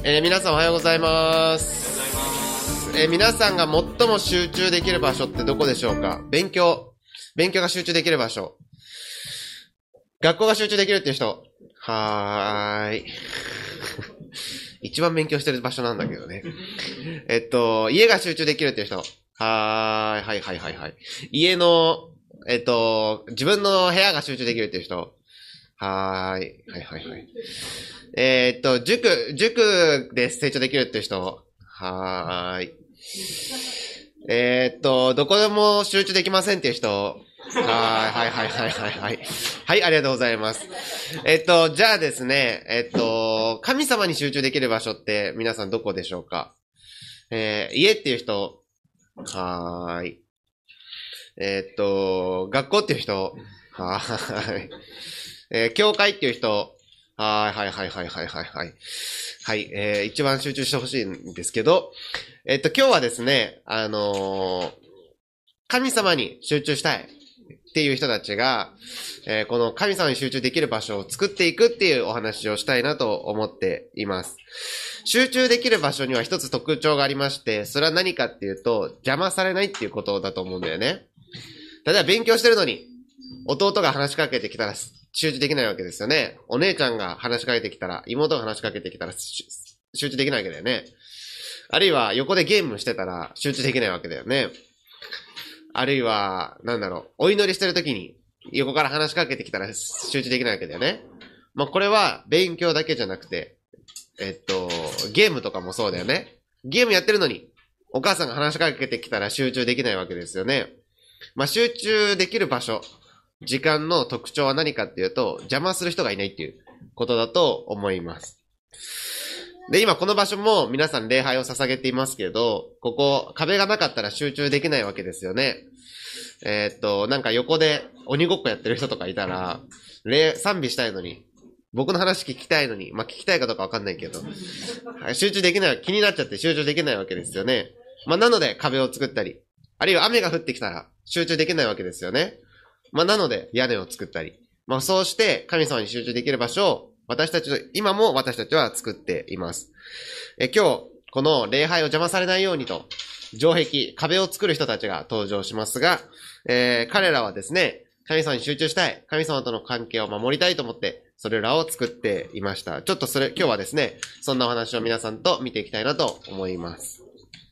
皆さんおはようございます。皆さんが最も集中できる場所ってどこでしょうか？勉強が集中できる場所。学校が集中できるっていう人。はーい。一番勉強してる場所なんだけどね。家が集中できるっていう人。はい。家の、自分の部屋が集中できるっていう人。はい。塾で成長できるっていう人。はーい。どこでも集中できませんっていう人。はい。はい、ありがとうございます。じゃあですね、神様に集中できる場所って皆さんどこでしょうか？家っていう人。はーい。学校っていう人。はーい。教会っていう人。はい。はい、一番集中してほしいんですけど、今日はですね、神様に集中したいっていう人たちが、この神様に集中できる場所を作っていくっていうお話をしたいなと思っています。集中できる場所には一つ特徴がありまして、それは何かっていうと、邪魔されないっていうことだと思うんだよね。例えば勉強してるのに、弟が話しかけてきたら集中できないわけですよね。お姉ちゃんが話しかけてきたら、妹が話しかけてきたら集中できないわけだよね。あるいは横でゲームしてたら集中できないわけだよね。あるいは、お祈りしてるときに横から話しかけてきたら集中できないわけだよね。まあ、これは勉強だけじゃなくて、ゲームとかもそうだよね。ゲームやってるのに、お母さんが話しかけてきたら集中できないわけですよね。まあ、集中できる場所、時間の特徴は何かっていうと、邪魔する人がいないっていうことだと思います。で、今この場所も皆さん礼拝を捧げていますけど、ここ壁がなかったら集中できないわけですよね。横で鬼ごっこやってる人とかいたら、賛美したいのに、僕の話聞きたいのに、まあ、聞きたいかどうかわかんないけど、集中できない、気になっちゃって集中できないわけですよね。まあ、なので壁を作ったり、あるいは雨が降ってきたら集中できないわけですよね。まあ、なので屋根を作ったり、まあ、そうして神様に集中できる場所を今も私たちは作っています。今日、この礼拝を邪魔されないようにと、城壁、壁を作る人たちが登場しますが、彼らはですね、神様に集中したい、神様との関係を守りたいと思って、それらを作っていました。ちょっと今日はですね、そんなお話を皆さんと見ていきたいなと思います。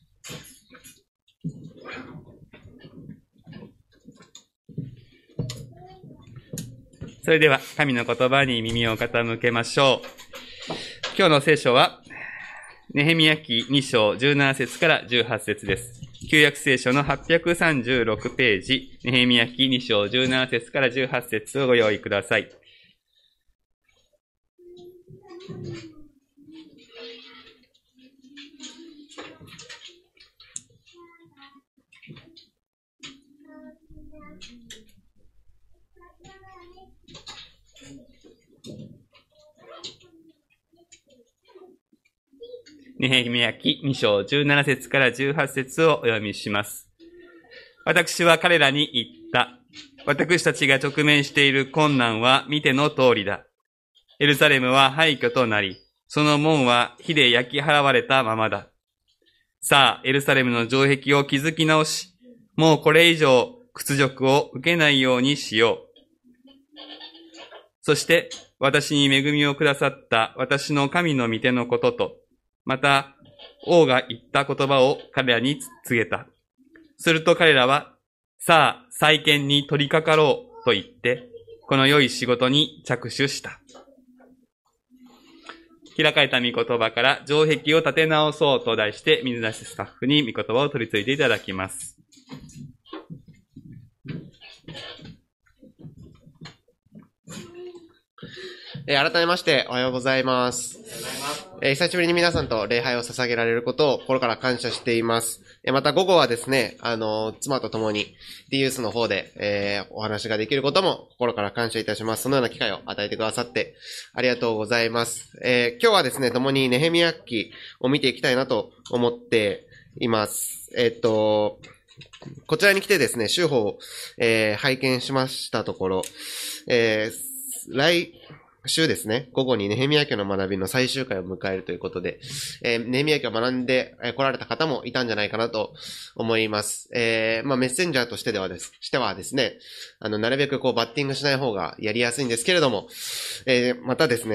それでは神の言葉に耳を傾けましょう。今日の聖書はネヘミヤ記2章17節から18節です。旧約聖書の836ページ、ネヘミヤ記2章17節から18節をご用意ください。ネヘミヤ記2章17節から18節をお読みします。私は彼らに言った。私たちが直面している困難は見ての通りだ。エルサレムは廃墟となり、その門は火で焼き払われたままだ。さあ、エルサレムの城壁を築き直し、もうこれ以上屈辱を受けないようにしよう。そして、私に恵みをくださった私の神の御手のことと、また、王が言った言葉を彼らに告げた。すると彼らは、さあ、再建に取り掛かろうと言って、この良い仕事に着手した。開かれた御言葉から城壁を立て直そうと題して、水出しスタッフに御言葉を取り次いでいただきます。 改めましておはようございます。久しぶりに皆さんと礼拝を捧げられることを心から感謝しています。また午後はですね、妻と共に D ユースの方で、お話ができることも心から感謝いたします。そのような機会を与えてくださってありがとうございます。今日はですね、共にネヘミヤ記を見ていきたいなと思っています。こちらに来てですね、週報を、拝見しましたところ、 週ですね、午後にネヘミヤ記の学びの最終回を迎えるということで、ネヘミヤ記を学んで来られた方もいたんじゃないかなと思います。メッセンジャーとしてはですね、なるべくバッティングしない方がやりやすいんですけれども、またですね、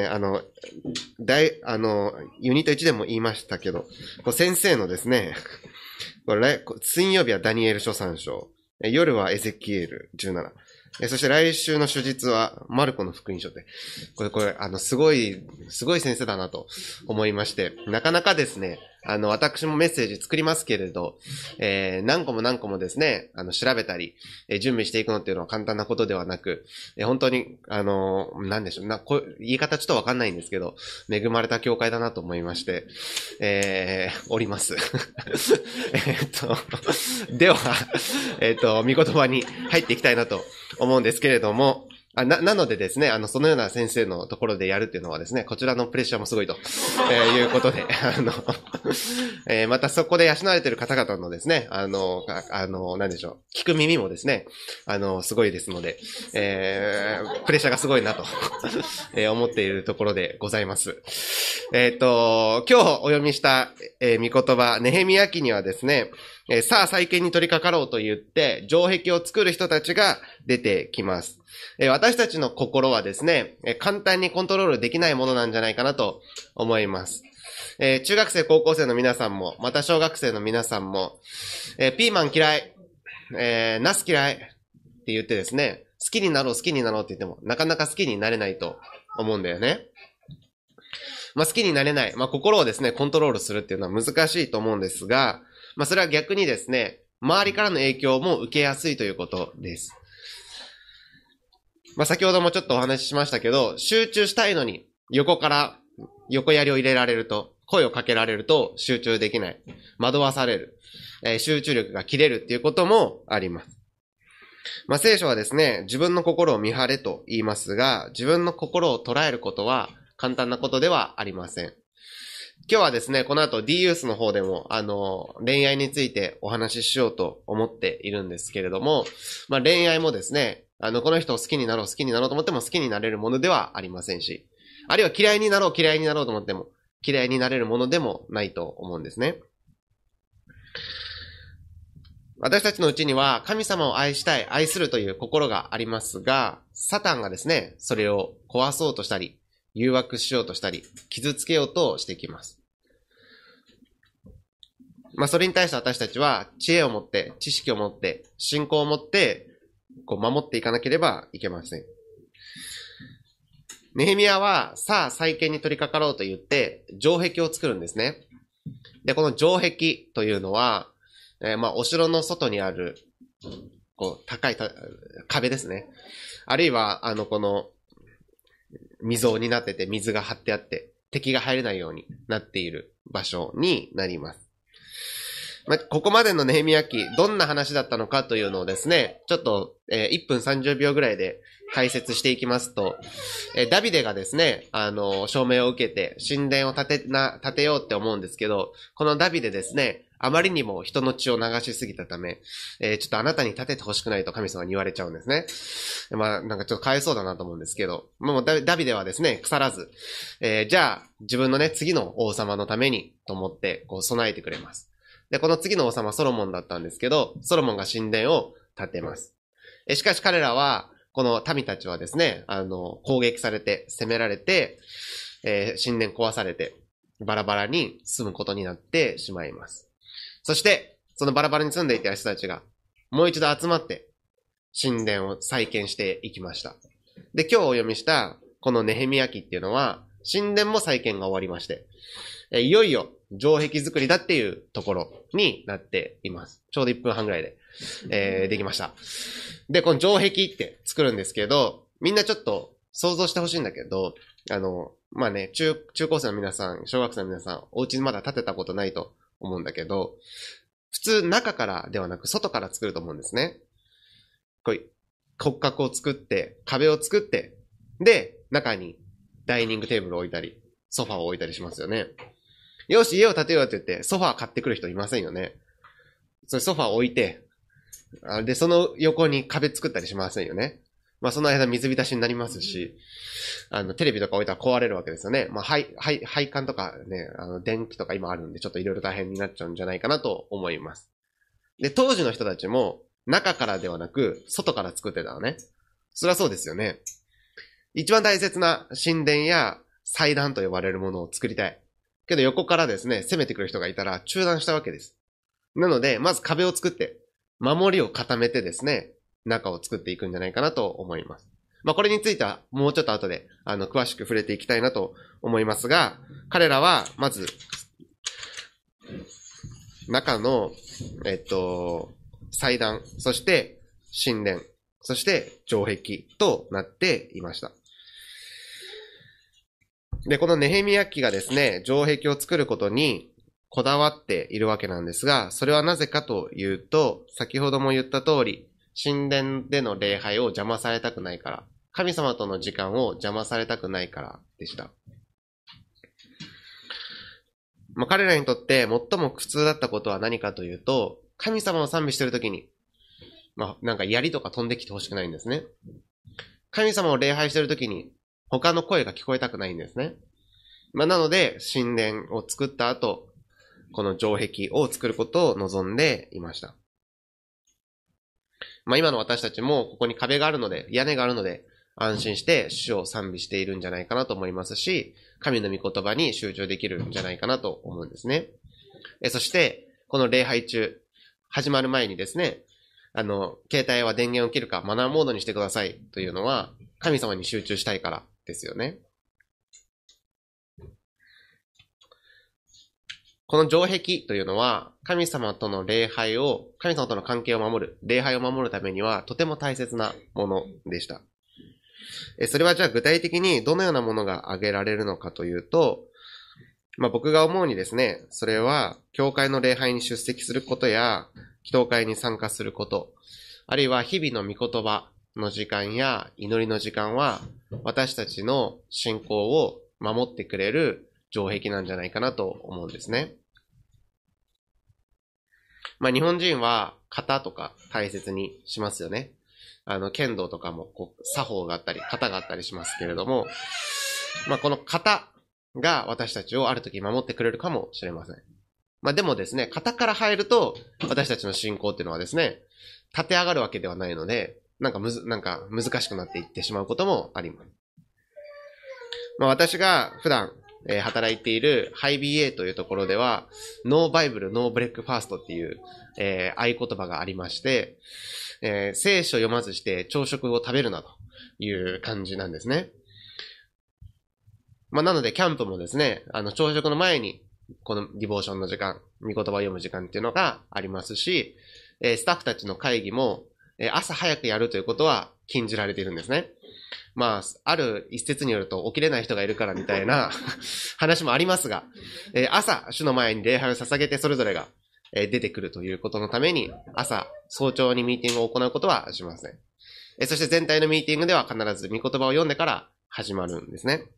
ユニット1でも言いましたけど、先生のですね、水曜日はダニエル書3章、夜はエゼキエル17、そして来週の主日はマルコの福音書で、これ、すごい先生だなと思いまして、なかなかですね、私もメッセージ作りますけれど、何個もですね、調べたり、準備していくのっていうのは簡単なことではなく、本当に、なんでしょう、言い方ちょっとわかんないんですけど、恵まれた教会だなと思いまして、おります。では、御言葉に入っていきたいなと思うんですけれども、なのでですね、そのような先生のところでやるっていうのはですね、こちらのプレッシャーもすごいと、いうことで、またそこで養われている方々のですね、なんでしょう、聞く耳もですね、すごいですので、プレッシャーがすごいなと、思っているところでございます。今日お読みした、御言葉、ネヘミヤ記にはですね、さあ再建に取り掛かろうと言って、城壁を作る人たちが出てきます。私たちの心はですね、簡単にコントロールできないものなんじゃないかなと思います。中学生、高校生の皆さんも、また小学生の皆さんも、ピーマン嫌い、ナス嫌いって言ってですね、好きになろうって言っても、なかなか好きになれないと思うんだよね。好きになれない。心をですね、コントロールするっていうのは難しいと思うんですが、それは逆にですね、周りからの影響も受けやすいということです。先ほどもちょっとお話ししましたけど、集中したいのに横槍を入れられると、声をかけられると集中できない。惑わされる。集中力が切れるっていうこともあります。聖書はですね、自分の心を見張れと言いますが、自分の心を捉えることは簡単なことではありません。今日はですね、この後 D ユースの方でも、恋愛についてお話ししようと思っているんですけれども、恋愛もですね、この人を好きになろうと思っても好きになれるものではありませんし、あるいは嫌いになろうと思っても嫌いになれるものでもないと思うんですね。私たちのうちには神様を愛したい、愛するという心がありますが、サタンがですね、それを壊そうとしたり、誘惑しようとしたり、傷つけようとしてきます。それに対して私たちは知恵を持って、知識を持って、信仰を持って、守っていかなければいけません。ネヘミヤは、さあ再建に取り掛かろうと言って、城壁を作るんですね。で、この城壁というのは、お城の外にある、高い壁ですね。あるいは、この、溝になってて、水が張ってあって、敵が入れないようになっている場所になります。ここまでのネヘミヤ記、どんな話だったのかというのをですね、ちょっと、1分30秒ぐらいで解説していきますと、ダビデがですね、証明を受けて神殿を建てようって思うんですけど、このダビデですね、あまりにも人の血を流しすぎたため、ちょっとあなたに建ててほしくないと神様に言われちゃうんですね。なんかちょっとかわいそうだなと思うんですけど、もうダビデはですね、腐らず、じゃあ自分のね、次の王様のためにと思って備えてくれます。で、この次の王様ソロモンだったんですけど、ソロモンが神殿を建てます。しかし彼らは、この民たちはですね、攻撃されて、攻められて、神殿壊されて、バラバラに住むことになってしまいます。そして、そのバラバラに住んでいた人たちが、もう一度集まって、神殿を再建していきました。で、今日お読みした、このネヘミヤ記っていうのは、神殿も再建が終わりまして、いよいよ城壁作りだっていうところになっています。ちょうど1分半ぐらいで、できました。で、この城壁って作るんですけど、みんなちょっと想像してほしいんだけど、中高生の皆さん、小学生の皆さん、お家にまだ建てたことないと思うんだけど、普通中からではなく外から作ると思うんですね。骨格を作って、壁を作って、で、中にダイニングテーブルを置いたり、ソファーを置いたりしますよね。よし、家を建てようって言って、ソファー買ってくる人いませんよね。それソファー置いて、で、その横に壁作ったりしませんよね。 まあその間水浸しになりますし、テレビとか置いたら壊れるわけですよね。まあ配管とかね、電気とか今あるんでちょっといろいろ大変になっちゃうんじゃないかなと思います。で、当時の人たちも中からではなく外から作ってたのね。そりゃそうですよね。一番大切な神殿や祭壇と呼ばれるものを作りたい。けど横からですね、攻めてくる人がいたら中断したわけです。なので、まず壁を作って、守りを固めてですね、中を作っていくんじゃないかなと思います。まあこれについてはもうちょっと後で詳しく触れていきたいなと思いますが、彼らはまず中の祭壇、そして神殿、そして城壁となっていました。で、このネヘミヤ記がですね、城壁を作ることにこだわっているわけなんですが、それはなぜかというと、先ほども言った通り、神殿での礼拝を邪魔されたくないから、神様との時間を邪魔されたくないからでした。まあ、彼らにとって最も苦痛だったことは何かというと、神様を賛美しているときに、まあ、なんか槍とか飛んできてほしくないんですね。神様を礼拝しているときに、他の声が聞こえたくないんですね。まあ、なので、神殿を作った後、この城壁を作ることを望んでいました。まあ、今の私たちもここに壁があるので、屋根があるので、安心して主を賛美しているんじゃないかなと思いますし、神の御言葉に集中できるんじゃないかなと思うんですね。そして、この礼拝中、始まる前にですね、携帯は電源を切るかマナーモードにしてくださいというのは、神様に集中したいからですよね。この城壁というのは、神様との礼拝を、神様との関係を守る、礼拝を守るためにはとても大切なものでした。それはじゃあ具体的にどのようなものが挙げられるのかというと、まあ僕が思うにですね、それは、教会の礼拝に出席することや、祈祷会に参加すること、あるいは日々の御言葉の時間や祈りの時間は、私たちの信仰を守ってくれる城壁なんじゃないかなと思うんですね。まあ日本人は型とか大切にしますよね。剣道とかも作法があったり、型があったりしますけれども、まあこの型が私たちをある時守ってくれるかもしれません。まあでもですね、型から入ると私たちの信仰っていうのはですね、立て上がるわけではないので、なんか難しくなっていってしまうこともあります。まあ私が普段働いているハイ BA というところでは、ノーバイブル、ノーブレックファーストっていう、合言葉がありまして、聖書を読まずして朝食を食べるなという感じなんですね。まあなのでキャンプもですね、朝食の前にこのディボーションの時間、御言葉を読む時間っていうのがありますし、スタッフたちの会議も朝早くやるということは禁じられているんですね。まあ、ある一説によると起きれない人がいるからみたいな話もありますが、朝、主の前に礼拝を捧げてそれぞれが出てくるということのために、朝、早朝にミーティングを行うことはしません。そして全体のミーティングでは必ず御言葉を読んでから始まるんですね。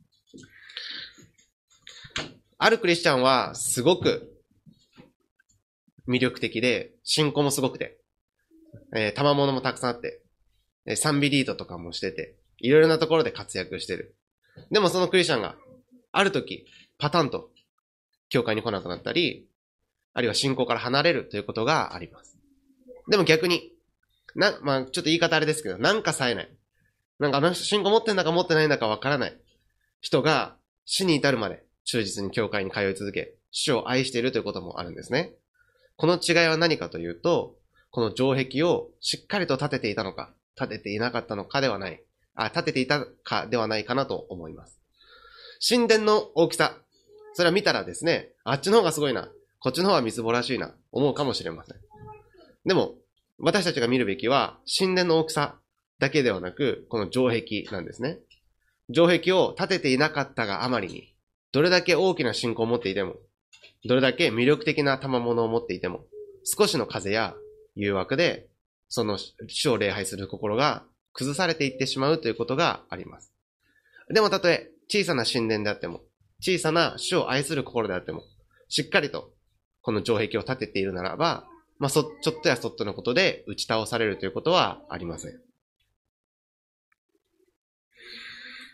あるクリスチャンはすごく魅力的で、信仰もすごくて、賜物もたくさんあって、賛美リードとかもしてて、いろいろなところで活躍してる。でもそのクリスチャンが、ある時、パタンと、教会に来なくなったり、あるいは信仰から離れるということがあります。でも逆に、まあちょっと言い方あれですけど、なんか冴えない。なんか信仰持ってんだか持ってないんだかわからない人が、死に至るまで忠実に教会に通い続け、主を愛しているということもあるんですね。この違いは何かというと、この城壁をしっかりと立てていたのか、立てていなかったのかではない。立てていたかではないかなと思います。神殿の大きさ。それは見たらですね、あっちの方がすごいな。こっちの方はみすぼらしいな。思うかもしれません。でも、私たちが見るべきは、神殿の大きさだけではなく、この城壁なんですね。城壁を立てていなかったがあまりに、どれだけ大きな信仰を持っていても、どれだけ魅力的な賜物を持っていても、少しの風や誘惑で、その主を礼拝する心が崩されていってしまうということがあります。でもたとえ小さな神殿であっても、小さな主を愛する心であっても、しっかりとこの城壁を立てているならば、ちょっとやそっとのことで打ち倒されるということはありません。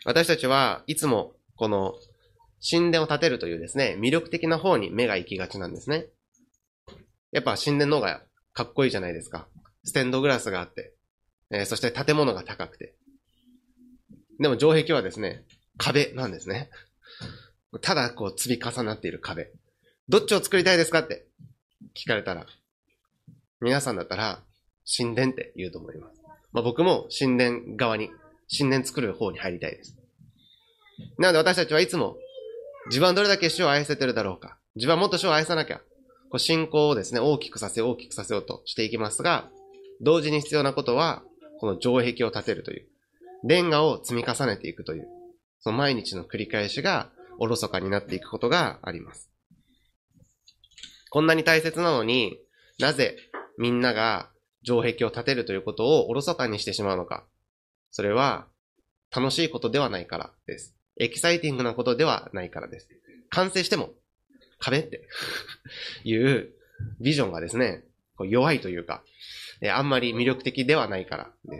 私たちはいつもこの神殿を建てるというですね、魅力的な方に目が行きがちなんですね。やっぱ神殿の方がかっこいいじゃないですか。ステンドグラスがあって、そして建物が高くて。でも城壁はですね、壁なんですね。ただこう積み重なっている壁。どっちを作りたいですかって聞かれたら、皆さんだったら神殿って言うと思います。僕も神殿側に、神殿作る方に入りたいです。なので私たちはいつも自分はどれだけ主を愛せてるだろうか。自分はもっと主を愛さなきゃ。信仰をですね、大きくさせようとしていきますが、同時に必要なことは、この城壁を建てるという、レンガを積み重ねていくという、その毎日の繰り返しがおろそかになっていくことがあります。こんなに大切なのになぜみんなが城壁を建てるということをおろそかにしてしまうのか。それは楽しいことではないからです。エキサイティングなことではないからです。完成しても壁っていうビジョンがですね、弱いというか、あんまり魅力的ではないからです。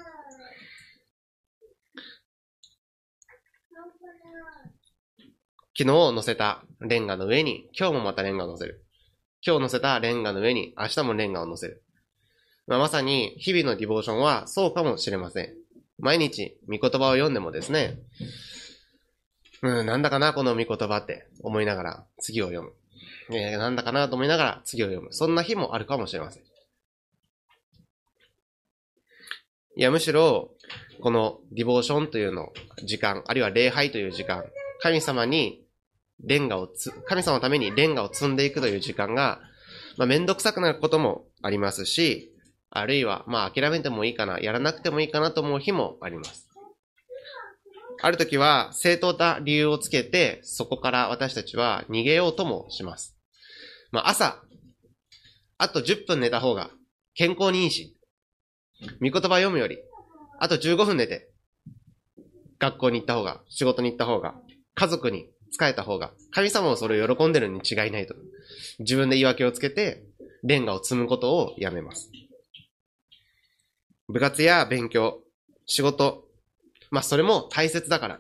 昨日乗せたレンガの上に今日もまたレンガを乗せる。今日乗せたレンガの上に明日もレンガを乗せる。まさに日々のディボーションはそうかもしれません。毎日御言葉を読んでもですね、なんだかなこの御言葉って思いながら次を読む。なんだかなと思いながら次を読む。そんな日もあるかもしれません。いや、むしろ、このディボーションというの時間、あるいは礼拝という時間、神様のためにレンガを積んでいくという時間が、めんどくさくなることもありますし、あるいは、諦めてもいいかな、やらなくてもいいかなと思う日もあります。ある時は、正当な理由をつけて、そこから私たちは逃げようともします。朝、あと10分寝た方が健康にいいし、御言葉読むより、あと15分寝て、学校に行った方が、仕事に行った方が、家族に仕えた方が、神様もそれを喜んでるに違いないと。自分で言い訳をつけて、レンガを積むことをやめます。部活や勉強、仕事、それも大切だから。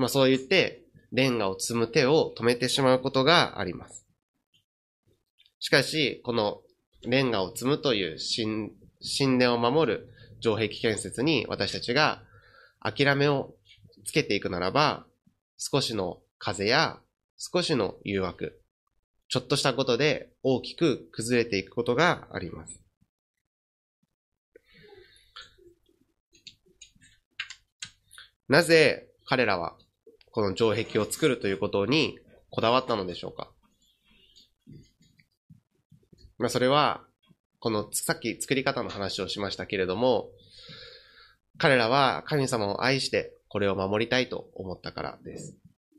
そう言って、レンガを積む手を止めてしまうことがあります。しかし、このレンガを積むという神殿を守る城壁建設に私たちが諦めをつけていくならば、少しの風や少しの誘惑、ちょっとしたことで大きく崩れていくことがあります。なぜ彼らはこの城壁を作るということにこだわったのでしょうか。それはこのさっき作り方の話をしましたけれども、彼らは神様を愛してこれを守りたいと思ったからです。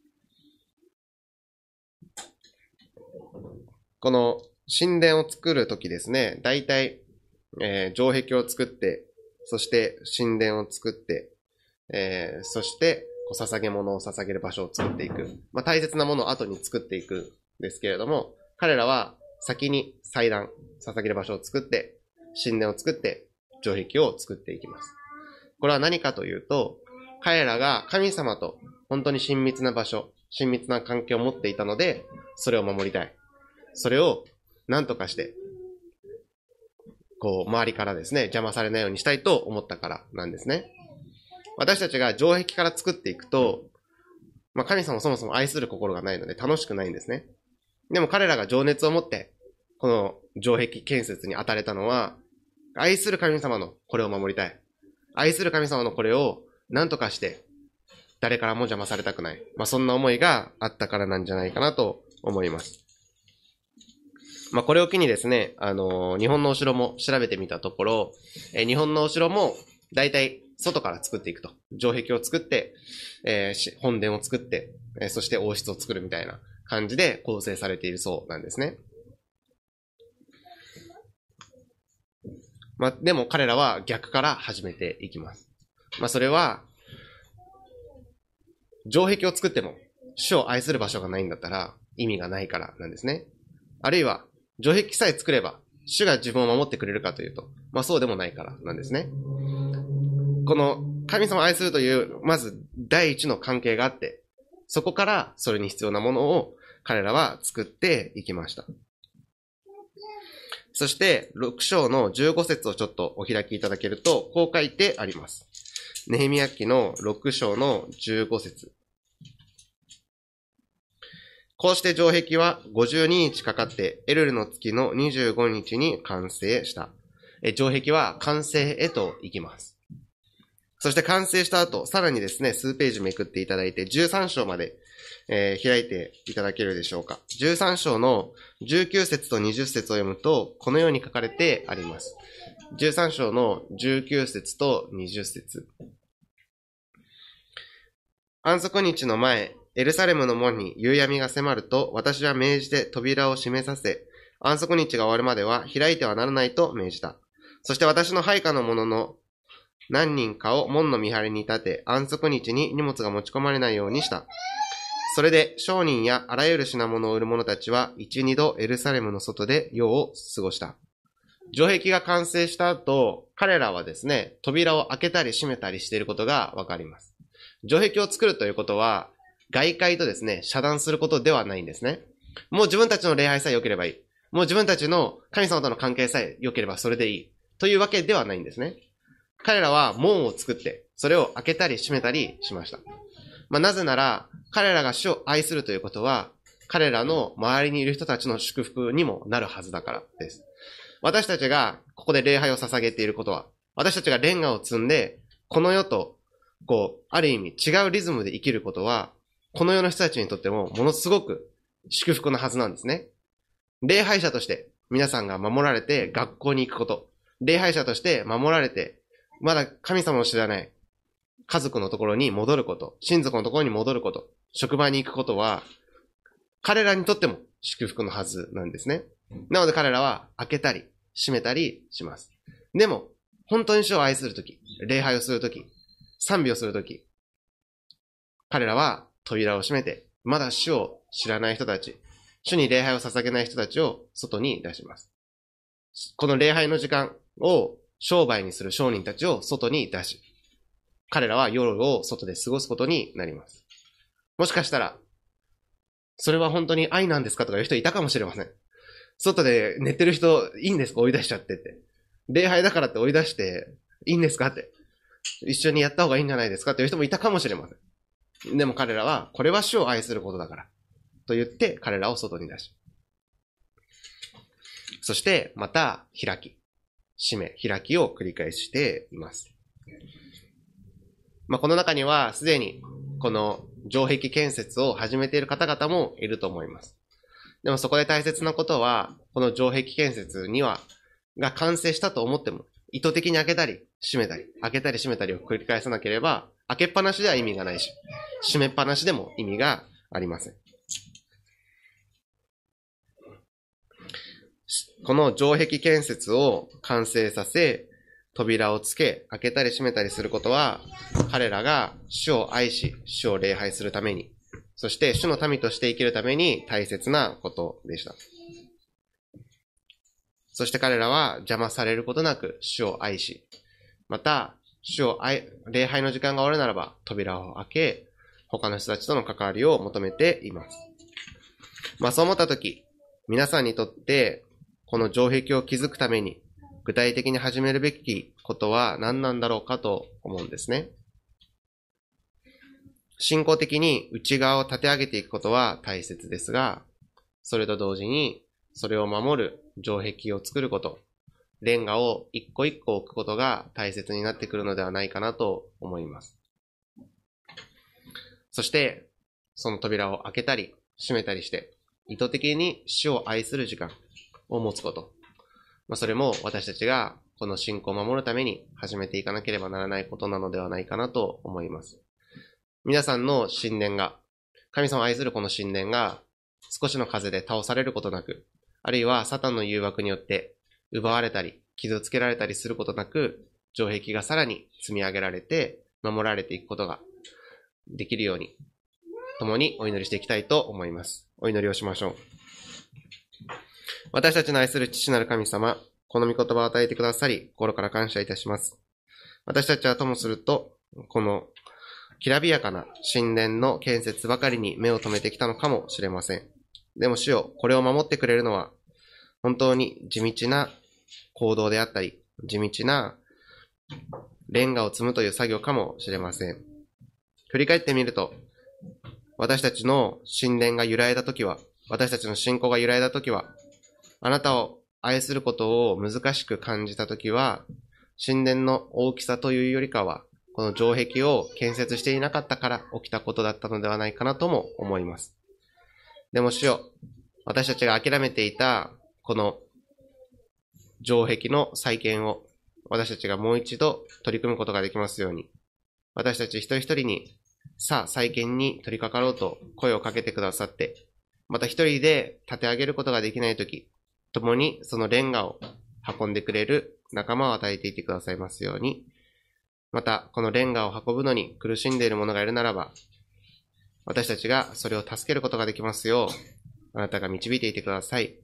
この神殿を作るときですね、大体、城壁を作って、そして神殿を作って、そして捧げ物を捧げる場所を作っていく。大切なものを後に作っていくんですけれども、彼らは先に祭壇、捧げる場所を作って、神殿を作って、城壁を作っていきます。これは何かというと、彼らが神様と本当に親密な場所、親密な関係を持っていたので、それを守りたい。それを何とかして、周りからですね、邪魔されないようにしたいと思ったからなんですね。私たちが城壁から作っていくと、神様をそもそも愛する心がないので楽しくないんですね。でも彼らが情熱を持って、この城壁建設に当たれたのは、愛する神様のこれを守りたい。愛する神様のこれを何とかして、誰からも邪魔されたくない。そんな思いがあったからなんじゃないかなと思います。これを機にですね、日本のお城も調べてみたところ、日本のお城も大体外から作っていくと。城壁を作って、本殿を作って、そして王室を作るみたいな感じで構成されているそうなんですね。でも彼らは逆から始めていきます。それは、城壁を作っても、主を愛する場所がないんだったら意味がないからなんですね。あるいは、城壁さえ作れば、主が自分を守ってくれるかというと、そうでもないからなんですね。この神様を愛するという、まず第一の関係があって、そこからそれに必要なものを彼らは作っていきました。そして、6章の15節をちょっとお開きいただけると、こう書いてあります。ネヘミヤ記の6章の15節。こうして城壁は52日かかってエルルの月の25日に完成した。城壁は完成へと行きます。そして完成した後、さらにですね、数ページめくっていただいて、13章まで、開いていただけるでしょうか。13章の19節と20節を読むと、このように書かれてあります。13章の19節と20節。安息日の前、エルサレムの門に夕闇が迫ると、私は命じて扉を閉めさせ、安息日が終わるまでは開いてはならないと命じた。そして私の配下の者の何人かを門の見張りに立て、安息日に荷物が持ち込まれないようにした。それで商人やあらゆる品物を売る者たちは一、二度エルサレムの外で夜を過ごした。城壁が完成した後、彼らはですね、扉を開けたり閉めたりしていることがわかります。城壁を作るということは、外界とですね、遮断することではないんですね。もう自分たちの礼拝さえ良ければいい。もう自分たちの神様との関係さえ良ければそれでいい。というわけではないんですね。彼らは門を作って、それを開けたり閉めたりしました。なぜなら、彼らが主を愛するということは、彼らの周りにいる人たちの祝福にもなるはずだからです。私たちがここで礼拝を捧げていることは、私たちがレンガを積んで、この世と、ある意味違うリズムで生きることは、この世の人たちにとってもものすごく祝福のはずなんですね。礼拝者として皆さんが守られて学校に行くこと、礼拝者として守られて、まだ神様を知らない家族のところに戻ること、親族のところに戻ること、職場に行くことは、彼らにとっても祝福のはずなんですね。なので彼らは開けたり閉めたりします。でも、本当に主を愛するとき、礼拝をするとき、賛美をするとき、彼らは扉を閉めて、まだ主を知らない人たち、主に礼拝を捧げない人たちを外に出します。この礼拝の時間を商売にする商人たちを外に出し、彼らは夜を外で過ごすことになります。もしかしたら、それは本当に愛なんですかとかいう人いたかもしれません。外で寝てる人いいんですか追い出しちゃってって。礼拝だからって追い出していいんですかって。一緒にやった方がいいんじゃないですかっていう人もいたかもしれません。でも彼らは、これは主を愛することだから。と言って彼らを外に出し。そしてまた開き、閉め、開きを繰り返しています。この中にはすでにこの城壁建設を始めている方々もいると思います。でもそこで大切なことは、この城壁建設が完成したと思っても、意図的に開けたり閉めたり、開けたり閉めたりを繰り返さなければ、開けっぱなしでは意味がないし、閉めっぱなしでも意味がありません。この城壁建設を完成させ、扉をつけ、開けたり閉めたりすることは、彼らが主を愛し、主を礼拝するために、そして主の民として生きるために大切なことでした。そして彼らは邪魔されることなく主を愛し、また、礼拝の時間が終わるならば扉を開け、他の人たちとの関わりを求めています。そう思ったとき、皆さんにとってこの城壁を築くために具体的に始めるべきことは何なんだろうかと思うんですね。信仰的に内側を立て上げていくことは大切ですが、それと同時にそれを守る城壁を作ること、レンガを一個一個置くことが大切になってくるのではないかなと思います。そして、その扉を開けたり閉めたりして、意図的に主を愛する時間を持つこと。それも私たちがこの信仰を守るために始めていかなければならないことなのではないかなと思います。皆さんの信念が、神様を愛するこの信念が少しの風で倒されることなく、あるいはサタンの誘惑によって奪われたり傷つけられたりすることなく、城壁がさらに積み上げられて守られていくことができるように、共にお祈りしていきたいと思います。お祈りをしましょう。私たちの愛する父なる神様、この御言葉を与えてくださり、心から感謝いたします。私たちはともすると、 このきらびやかな神殿の建設ばかりに目を留めてきたのかもしれません。でも主よ、これを守ってくれるのは、本当に地道な行動であったり、地道なレンガを積むという作業かもしれません。振り返ってみると、私たちの神殿が揺らいだときは、私たちの信仰が揺らいだときは、あなたを愛することを難しく感じたときは、神殿の大きさというよりかは、この城壁を建設していなかったから起きたことだったのではないかなとも思います。でも主よ、私たちが諦めていたこの城壁の再建を私たちがもう一度取り組むことができますように、私たち一人一人にさあ再建に取り掛かろうと声をかけてくださって、また一人で立て上げることができないとき、共にそのレンガを運んでくれる仲間を与えていてくださいますように、またこのレンガを運ぶのに苦しんでいる者がいるならば、私たちがそれを助けることができますよう、あなたが導いていてください。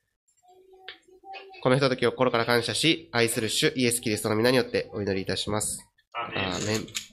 このひとときを心から感謝し、愛する主イエス・キリストの皆によってお祈りいたします。アーメン。